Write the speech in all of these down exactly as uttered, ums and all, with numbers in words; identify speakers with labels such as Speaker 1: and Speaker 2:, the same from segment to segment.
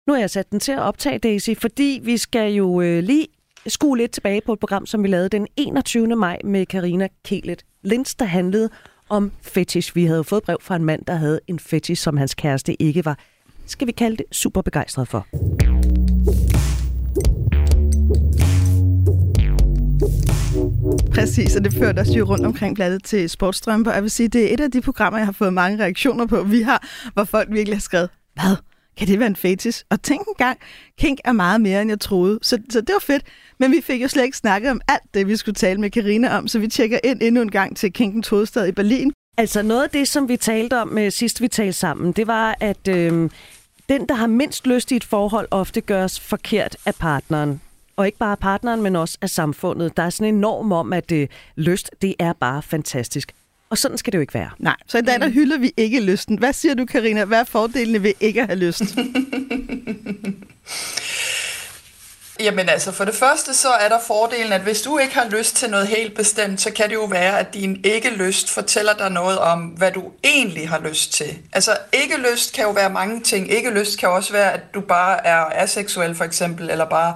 Speaker 1: Nu har jeg sat den til at optage, Daisy, fordi vi skal jo øh, lige skue lidt tilbage på et program, som vi lavede den enogtyvende maj med Karina Keelet Lintz, der handlede om fetish. Vi havde fået brev fra en mand, der havde en fetish, som hans kæreste ikke var, skal vi kalde det, super begejstret for.
Speaker 2: Præcis, og det førte os jo rundt omkring blandet til sportsstrømper. Jeg vil sige, det er et af de programmer, jeg har fået mange reaktioner på. Vi har, hvor folk virkelig har skrevet, hvad? Kan det være en fetish? Og tænk engang, kink er meget mere, end jeg troede. Så, så det var fedt. Men vi fik jo slet ikke snakket om alt det, vi skulle tale med Karina om, så vi tjekker ind endnu en gang til kinkens hovedstad i Berlin.
Speaker 1: Altså noget af det, som vi talte om uh, sidst vi talte sammen, det var, at øh, den, der har mindst lyst i et forhold, ofte gøres forkert af partneren. Og ikke bare af partneren, men også af samfundet. Der er sådan en norm om, at øh, lyst, det er bare fantastisk. Og sådan skal det jo ikke være.
Speaker 2: Nej, så i dag der hylder vi ikke lysten. Hvad siger du, Karina? Hvad er fordelene ved ikke at have lyst?
Speaker 3: Jamen altså, for det første så er der fordelen, at hvis du ikke har lyst til noget helt bestemt, så kan det jo være, at din ikke-lyst fortæller dig noget om, hvad du egentlig har lyst til. Altså, ikke-lyst kan jo være mange ting. Ikke-lyst kan også være, at du bare er aseksuel for eksempel, eller bare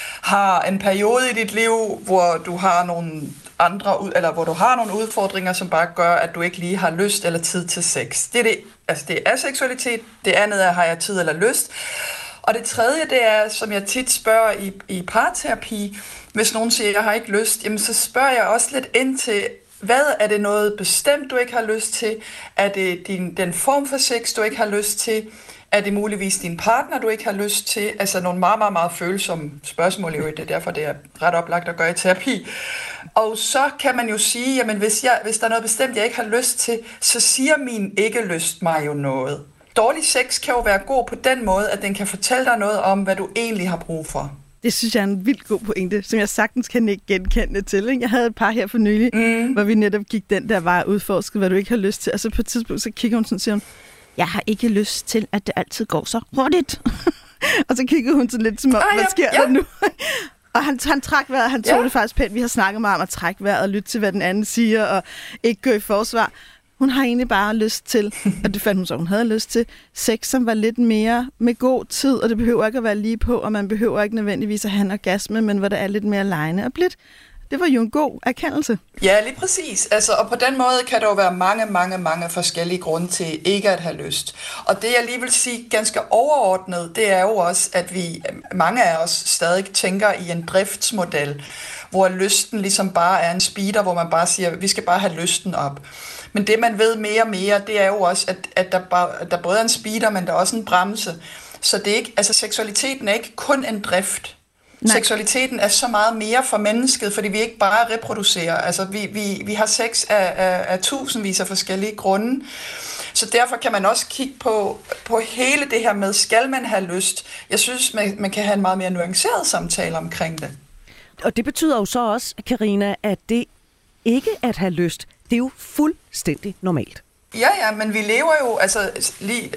Speaker 3: har en periode i dit liv, hvor du har nogle andre, eller hvor du har nogle udfordringer, som bare gør, at du ikke lige har lyst eller tid til sex. Det er det, altså det er aseksualitet. Det andet er, har jeg tid eller lyst. Og det tredje, det er, som jeg tit spørger i, i parterapi, hvis nogen siger, jeg har ikke lyst, jamen så spørger jeg også lidt ind til, hvad er det noget bestemt, du ikke har lyst til? Er det din, den form for sex, du ikke har lyst til? Er det muligvis din partner, du ikke har lyst til? Altså nogle meget, meget, meget følsomme spørgsmål i øvrigt. Det er derfor, det er ret oplagt at gøre i terapi. Og så kan man jo sige, jamen hvis, jeg, hvis der er noget bestemt, jeg ikke har lyst til, så siger min ikke-lyst mig jo noget. Dårlig sex kan jo være god på den måde, at den kan fortælle dig noget om, hvad du egentlig har brug for.
Speaker 2: Det synes jeg er en vildt god pointe, som jeg sagtens kan ikke genkende til. Ikke? Jeg havde et par her for nylig, mm. hvor vi netop gik den der vej udforsket, hvad du ikke har lyst til. Og så på et tidspunkt, så kigger hun sådan og siger hun, jeg har ikke lyst til, at det altid går så hurtigt. Og så kiggede hun sådan lidt som om, ah, hvad sker ja. der nu? Og han, han trak vejret, han tog ja. det faktisk pænt. Vi har snakket meget om at trække vejret og lytte til, hvad den anden siger, og ikke gå i forsvar. Hun har egentlig bare lyst til, og det fandt hun så, hun havde lyst til, sex, som var lidt mere med god tid, og det behøver ikke at være lige på, og man behøver ikke nødvendigvis at have en orgasme, men hvor det er lidt mere lejende og blidt. Det var jo en god erkendelse.
Speaker 3: Ja, lige præcis. Altså, og på den måde kan der jo være mange, mange, mange forskellige grunde til ikke at have lyst. Og det, jeg lige vil sige ganske overordnet, det er jo også, at vi, mange af os stadig tænker i en driftsmodel, hvor lysten ligesom bare er en speeder, hvor man bare siger, vi skal bare have lysten op. Men det, man ved mere og mere, det er jo også, at, at, der, bare, at der både er en speeder, men der er også en bremse. Så det er ikke, altså, seksualiteten er ikke kun en drift. Nej. Seksualiteten er så meget mere for mennesket, fordi vi ikke bare reproducerer. Altså, vi, vi, vi har sex af, af, af tusindvis af forskellige grunde. Så derfor kan man også kigge på, på hele det her med, skal man have lyst? Jeg synes, man, man kan have en meget mere nuanceret samtale omkring det.
Speaker 1: Og det betyder jo så også, Karina, at det ikke at have lyst, det er jo fuldstændig normalt.
Speaker 3: Ja, ja, men vi lever jo, altså lige,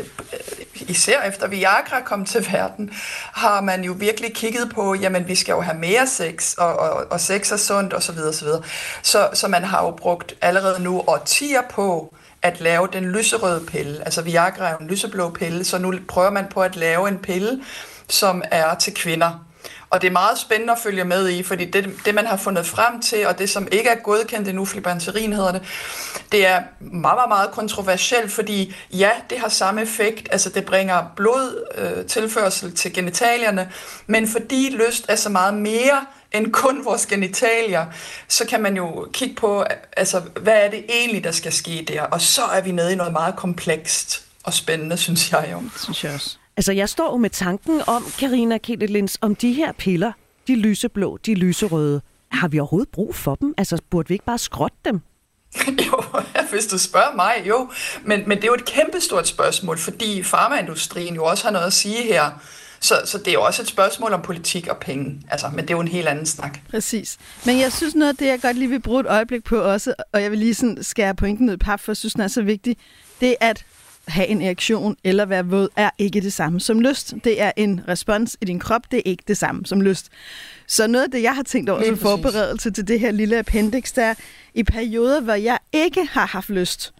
Speaker 3: især efter Viagra kom til verden, har man jo virkelig kigget på, jamen vi skal jo have mere sex, og, og, og sex er sundt, og så videre, så videre. Så, så man har jo brugt allerede nu årtier på at lave den lyserøde pille. Altså Viagra er jo en lyseblå pille, så nu prøver man på at lave en pille, som er til kvinder. Og det er meget spændende at følge med i, fordi det, det man har fundet frem til, og det som ikke er godkendt endnu, flibanserin hedder det, det er meget, meget, meget kontroversielt, fordi ja, det har samme effekt, altså det bringer blodtilførsel øh, til genitalierne, men fordi lyst er så meget mere end kun vores genitalier, så kan man jo kigge på, altså hvad er det egentlig, der skal ske der, og så er vi nede i noget meget komplekst og spændende, synes jeg jo.
Speaker 2: Synes jeg også.
Speaker 1: Altså, jeg står jo med tanken om, Karina Keelet Lintz, om de her piller, de lyseblå, de lyserøde. Har vi overhovedet brug for dem? Altså, burde vi ikke bare skrotte dem?
Speaker 3: Jo, hvis du spørger mig, jo. Men, men det er jo et kæmpestort spørgsmål, fordi farmaindustrien jo også har noget at sige her. Så, så det er jo også et spørgsmål om politik og penge. Altså, men det er jo en helt anden snak.
Speaker 2: Præcis. Men jeg synes noget af det, jeg godt lige vil bruge et øjeblik på også, og jeg vil lige sådan skære pointen ud i pap, for jeg synes, den er så vigtig, det er, at have en erektion eller være våd er ikke det samme som lyst. Det er en respons i din krop, det er ikke det samme som lyst. Så noget af det, jeg har tænkt over som forberedelse til det her lille appendix, der er i perioder, hvor jeg ikke har haft lyst,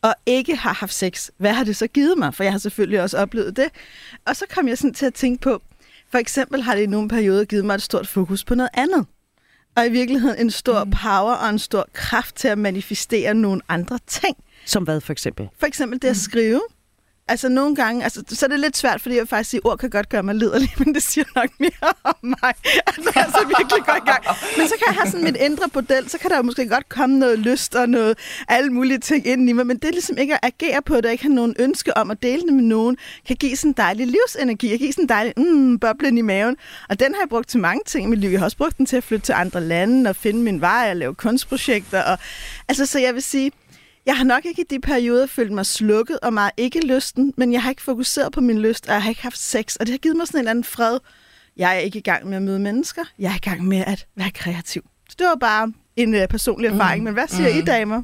Speaker 2: og ikke har haft sex, hvad har det så givet mig? For jeg har selvfølgelig også oplevet det. Og så kom jeg sådan til at tænke på, for eksempel har det i nogle perioder givet mig et stort fokus på noget andet. Og i virkeligheden en stor mm. power og en stor kraft til at manifestere nogle andre ting.
Speaker 1: Som hvad for eksempel?
Speaker 2: For eksempel det at skrive. Altså nogle gange, altså, så er det lidt svært, fordi jeg faktisk siger, ord kan godt gøre mig liderlig, men det siger nok mere om mig, at når jeg så virkelig går i gang. Men så kan jeg have sådan mit indre bordel, så kan der jo måske godt komme noget lyst og noget, alle mulige ting ind i mig, men det er ligesom ikke at agere på det, og ikke have nogen ønske om at dele det med nogen, kan give sådan en dejlig livsenergi, kan give sådan en dejlig mm, boblen i maven, og den har jeg brugt til mange ting i mit liv. Jeg har også brugt den til at flytte til andre lande og finde min vej og lave kunstprojekter, og altså så jeg vil sige, jeg har nok ikke i de perioder følt mig slukket og meget ikke lysten, men jeg har ikke fokuseret på min lyst, og jeg har ikke haft sex, og det har givet mig sådan en eller anden fred. Jeg er ikke i gang med at møde mennesker, jeg er i gang med at være kreativ. Så det var bare en uh, personlig erfaring, mm. men hvad siger mm. I, damer?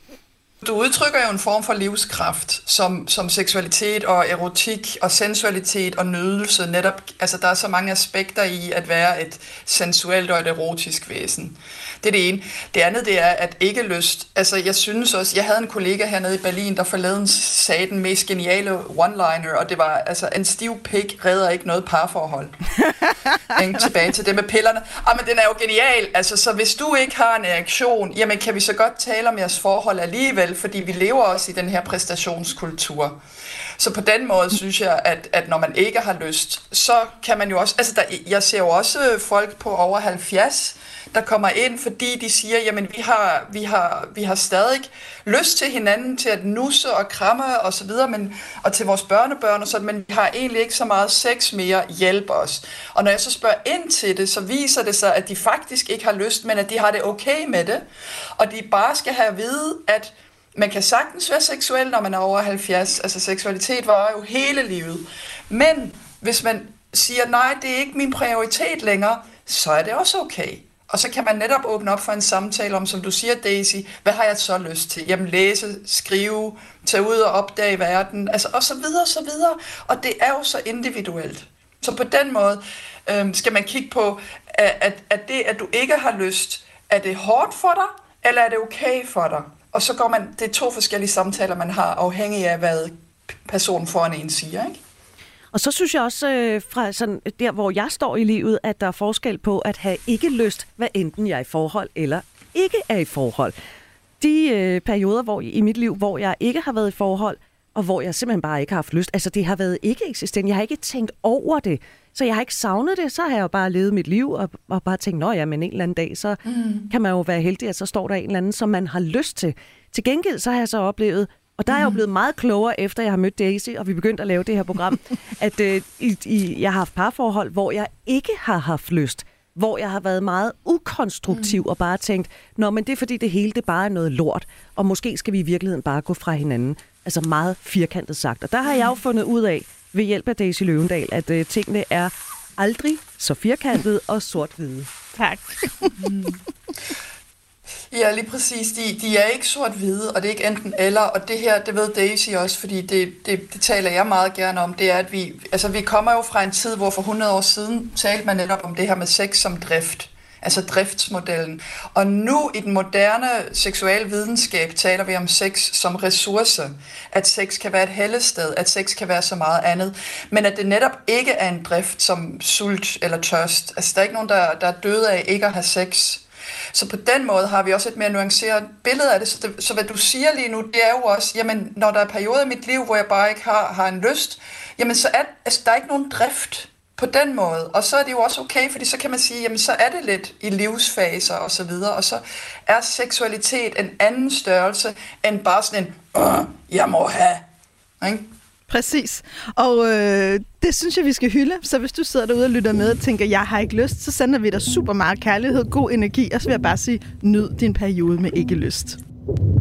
Speaker 3: Du udtrykker jo en form for livskraft, som, som seksualitet og erotik og sensualitet og nydelse. Netop, altså der er så mange aspekter i at være et sensuelt og et erotisk væsen. Det er det ene. Det andet, det er at ikke lyst. Altså jeg synes også, jeg havde en kollega hernede i Berlin, der forleden sagde den mest geniale one-liner, og det var, altså en stiv pik redder ikke noget parforhold. Tilbage til det med pillerne. Ah, men den er jo genial. Altså, så hvis du ikke har en reaktion, jamen kan vi så godt tale om jeres forhold alligevel, fordi vi lever også i den her præstationskultur. Så på den måde synes jeg, at, at når man ikke har lyst, så kan man jo også, altså der, jeg ser jo også folk på over halvfjerds, der kommer ind, fordi de siger, jamen vi har, vi har, vi har stadig lyst til hinanden, til at nusse og kramme og så videre, men, og til vores børnebørn og sådan, men vi har egentlig ikke så meget sex mere, hjælp os. Og når jeg så spørger ind til det, så viser det sig, at de faktisk ikke har lyst, men at de har det okay med det, og de bare skal have at vide, at man kan sagtens være seksuel, når man er over halvfjerds. Altså seksualitet var jo hele livet. Men hvis man siger, nej, det er ikke min prioritet længere, så er det også okay. Og så kan man netop åbne op for en samtale om, som du siger, Daisy, hvad har jeg så lyst til? Jamen læse, skrive, tage ud og opdage verden, altså og så videre, og så videre. Og det er jo så individuelt. Så på den måde øhm, skal man kigge på, at, at det, at du ikke har lyst, er det hårdt for dig, eller er det okay for dig? Og så går man, det er to forskellige samtaler, man har, afhængig af, hvad personen foran en siger, ikke?
Speaker 1: Og så synes jeg også, øh, fra sådan der, hvor jeg står i livet, at der er forskel på at have ikke lyst, hvad enten jeg er i forhold eller ikke er i forhold. De øh, perioder hvor, i mit liv, hvor jeg ikke har været i forhold, og hvor jeg simpelthen bare ikke har haft lyst, altså det har været ikke eksistent. Jeg har ikke tænkt over det, så jeg har ikke savnet det. Så har jeg jo bare levet mit liv og, og bare tænkt, nå ja, men en eller anden dag, så mm. kan man jo være heldig, at så står der en eller anden, som man har lyst til. Til gengæld så har jeg så oplevet, og der er jeg jo blevet meget klogere, efter jeg har mødt Daisy, og vi begyndte at lave det her program, at øh, i, i, jeg har haft parforhold, hvor jeg ikke har haft lyst, hvor jeg har været meget ukonstruktiv mm. og bare tænkt, nå, men det er fordi det hele det bare er noget lort, og måske skal vi i virkeligheden bare gå fra hinanden. Altså meget firkantet sagt. Og der har jeg jo fundet ud af, ved hjælp af Daisy Løvendal, at øh, tingene er aldrig så firkantet og sort-hvide.
Speaker 2: Tak.
Speaker 3: mm. Ja, lige præcis. De, de er ikke sort-hvide, og det er ikke enten eller, og det her, det ved Daisy også, fordi det, det, det taler jeg meget gerne om, det er, at vi, altså vi kommer jo fra en tid, hvor for hundrede år siden talte man netop om det her med sex som drift, altså driftsmodellen. Og nu i den moderne seksuelle videnskab taler vi om sex som ressource, at sex kan være et hellested, at sex kan være så meget andet, men at det netop ikke er en drift som sult eller tørst. Altså der er ikke nogen, der, der er døde af ikke at have sex. Så på den måde har vi også et mere nuanceret billede af det. Så, det. så hvad du siger lige nu, det er jo også, jamen når der er perioder i mit liv, hvor jeg bare ikke har, har en lyst, jamen så er altså, der er ikke nogen drift på den måde. Og så er det jo også okay, fordi så kan man sige, jamen så er det lidt i livsfaser og så videre, og så er seksualitet en anden størrelse end bare sådan en, Åh, jeg må have, ikke?
Speaker 2: Præcis. Og øh, det synes jeg, vi skal hylde. Så hvis du sidder derude og lytter med og tænker, jeg har ikke lyst, så sender vi dig super meget kærlighed, god energi, og så vil jeg bare sige, nyd din periode med ikke lyst.